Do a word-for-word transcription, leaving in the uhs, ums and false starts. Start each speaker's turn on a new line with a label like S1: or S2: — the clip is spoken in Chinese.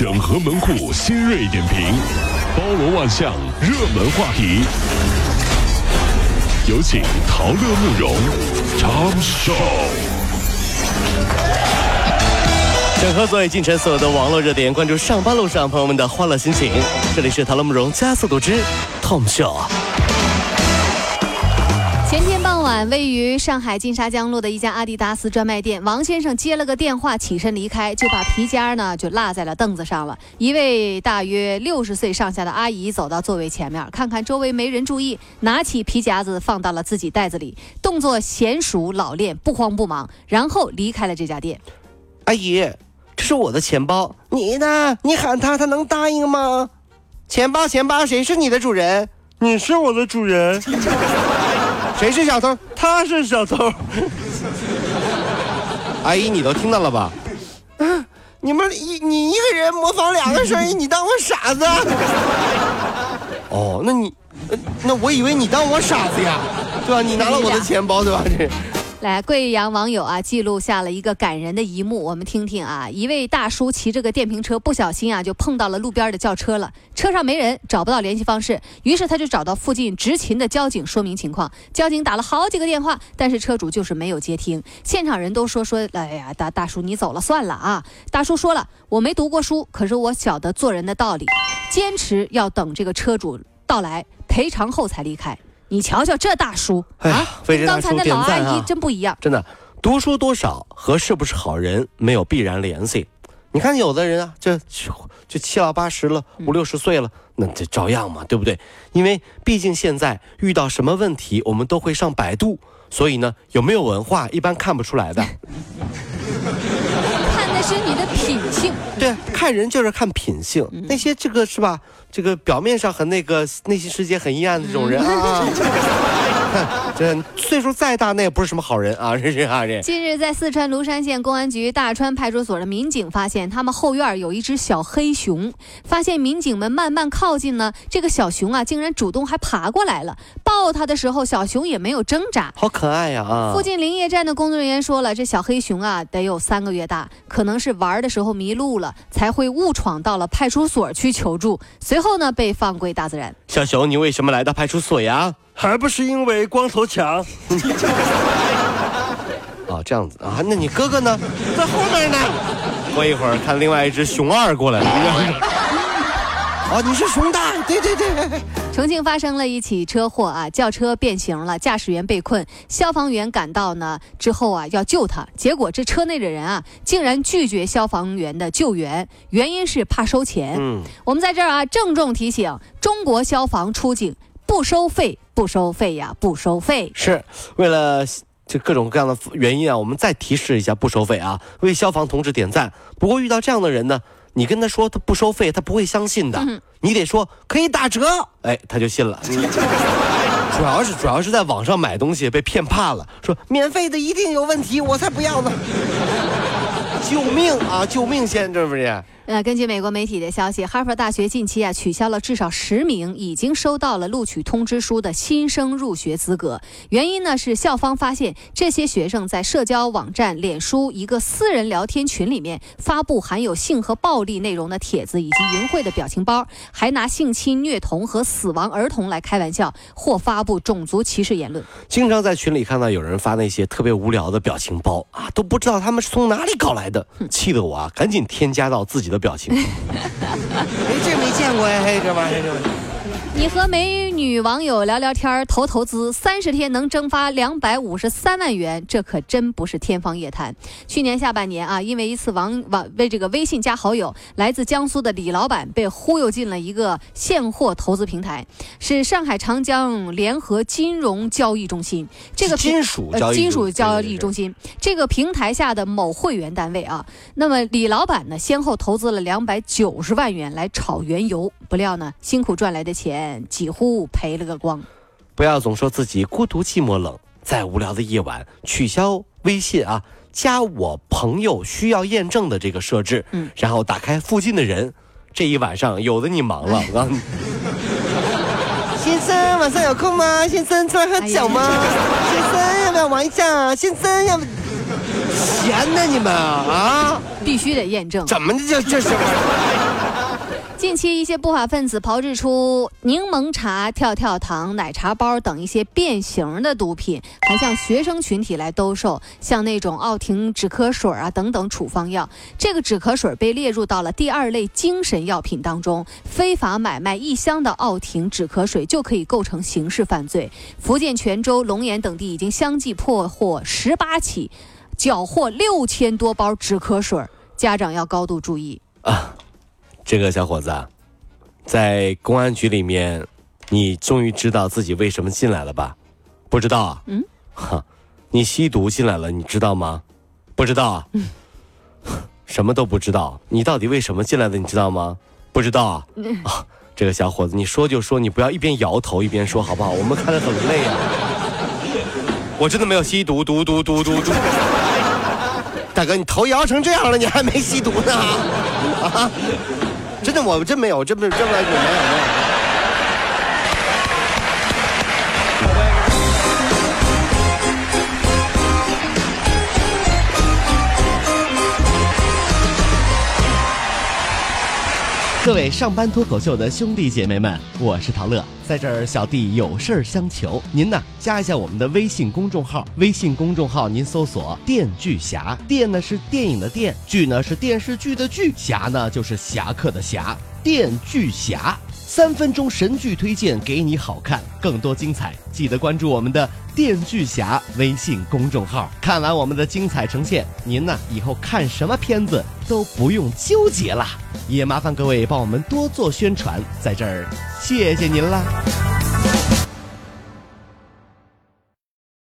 S1: 整合门户新锐点评，包罗万象，热门话题。有请陶乐慕容 Tom Show。
S2: 整合所有进城所有的网络热点，关注上班路上朋友们的欢乐心情。这里是陶乐慕容加速度之 Tom Show。
S3: 前天傍晚，位于上海金沙江路的一家阿迪达斯专卖店，王先生接了个电话，起身离开，就把皮夹呢就落在了凳子上了。一位大约六十岁上下的阿姨走到座位前面，看看周围没人注意，拿起皮夹子放到了自己袋子里，动作娴熟老练，不慌不忙，然后离开了这家店。
S2: 阿姨，这是我的钱包，你呢？你喊他，他能答应吗？钱包，钱包，谁是你的主人？
S4: 你是我的主人。
S2: 谁是小偷？
S4: 他是小偷。
S2: 阿姨，你都听到了吧？
S5: 啊，你们一你一个人模仿两个声音，你当我傻子？
S2: 哦，那你，那我以为你当我傻子呀，对吧？你拿了我的钱包，对吧？这。
S3: 来，贵阳网友啊记录下了一个感人的一幕，我们听听啊。一位大叔骑着个电瓶车，不小心啊就碰到了路边的轿车了，车上没人，找不到联系方式，于是他就找到附近执勤的交警说明情况。交警打了好几个电话，但是车主就是没有接听。现场人都说说，哎呀，大大叔你走了算了啊。大叔说了，我没读过书，可是我晓得做人的道理，坚持要等这个车主到来赔偿后才离开。你瞧瞧这大叔啊，跟刚才那老阿姨真不一样。
S2: 真的，读书多少和是不是好人没有必然联系。你看有的人啊，这就七老八十了，五六十岁了，那这照样嘛，对不对？因为毕竟现在遇到什么问题，我们都会上百度，所以呢，有没有文化一般看不出来的。
S3: 看的是你的品性。
S2: 对，看人就是看品性。嗯、那些这个是吧？这个表面上很那个，内心世界很阴暗的这种人啊。这岁数再大，那也不是什么好人啊！这是啊，这。
S3: 近日，在四川芦山县公安局大川派出所的民警发现，他们后院有一只小黑熊。发现民警们慢慢靠近呢，这个小熊啊，竟然主动还爬过来了。抱它的时候，小熊也没有挣扎，
S2: 好可爱呀！啊！
S3: 附近林业站的工作人员说了，这小黑熊啊，得有三个月大，可能是玩的时候迷路了，才会误闯到了派出所去求助。随后呢，被放归大自然。
S2: 小熊，你为什么来到派出所呀？
S4: 还不是因为光头强。
S2: 哦，这样子啊，那你哥哥呢？
S5: 在后面呢。
S2: 过一会儿看另外一只熊二过来了。
S5: 哦，你是熊大，对对对。
S3: 重庆发生了一起车祸啊，轿车变形了，驾驶员被困，消防员赶到呢之后啊要救他，结果这车内的人啊竟然拒绝消防员的救援，原因是怕收钱。嗯，我们在这儿啊郑重提醒，中国消防出警不收费，不收费呀，不收费。
S2: 是为了这各种各样的原因啊，我们再提示一下不收费啊，为消防同志点赞。不过遇到这样的人呢，你跟他说他不收费，他不会相信的。嗯、你得说可以打折，哎，他就信了。主要是主要是在网上买东西被骗怕了，说
S5: 免费的一定有问题，我才不要呢。
S2: 救命啊！救命先，这不是？
S3: 呃，根据美国媒体的消息，哈佛大学近期啊取消了至少十名已经收到了录取通知书的新生入学资格。原因呢是校方发现这些学生在社交网站脸书一个私人聊天群里面发布含有性和暴力内容的帖子以及淫秽的表情包，还拿性侵、虐童和死亡儿童来开玩笑，或发布种族歧视言论。
S2: 经常在群里看到有人发那些特别无聊的表情包啊，都不知道他们是从哪里搞来的，气得我啊赶紧添加到自己的表情。
S5: 哎，这没见过呀，嘿，这玩意儿。
S3: 你和美女网友聊聊天，投投资，三十天能蒸发两百五十三万元，这可真不是天方夜谭。去年下半年啊，因为一次网网为这个微信加好友，来自江苏的李老板被忽悠进了一个现货投资平台，是上海长江联合金融交易中心。这个
S2: 金属交易、
S3: 呃、金属交易中心这个平台下的某会员单位啊，那么李老板呢，先后投资了两百九十万元来炒原油，不料呢，辛苦赚来的钱几乎赔了个光。
S2: 不要总说自己孤独寂寞冷，在无聊的夜晚取消微信啊，加我朋友需要验证的这个设置，嗯，然后打开附近的人，这一晚上有的你忙了。哎、
S5: 先生晚上有空吗？先生出来喝酒吗？哎、先生要不要玩一下？先生要不闲呢你们啊？
S3: 必须得验证。
S5: 怎么这这什么？
S3: 近期一些不法分子炮制出柠檬茶、跳跳糖、奶茶包等一些变形的毒品，还向学生群体来兜售，像那种奥婷止咳水啊等等处方药。这个止咳水被列入到了第二类精神药品当中，非法买卖一箱的奥婷止咳水就可以构成刑事犯罪。福建泉州、龙岩等地已经相继破获十八起，缴获六千多包止咳水，家长要高度注意
S2: 啊。这个小伙子，在公安局里面，你终于知道自己为什么进来了吧？不知道啊？嗯，哈，你吸毒进来了，你知道吗？不知道啊？嗯，什么都不知道。你到底为什么进来的？你知道吗？不知道啊？嗯、啊，这个小伙子，你说就说，你不要一边摇头一边说，好不好？我们看得很累啊。我真的没有吸毒，毒毒毒毒毒。
S5: 大哥，你头摇成这样了，你还没吸毒呢？啊！真的，我真没有，真没有，真没有，没有，没有。
S6: 各位上班脱口秀的兄弟姐妹们，我是陶乐，在这儿小弟有事儿相求，您呢加一下我们的微信公众号，微信公众号您搜索电锯侠，电呢是电影的电，剧呢是电视剧的剧，侠呢就是侠客的侠，电锯侠，三分钟神剧推荐给你好看，更多精彩记得关注我们的电锯侠微信公众号。看完我们的精彩呈现，您呢以后看什么片子都不用纠结了，也麻烦各位帮我们多做宣传，在这儿谢谢您啦。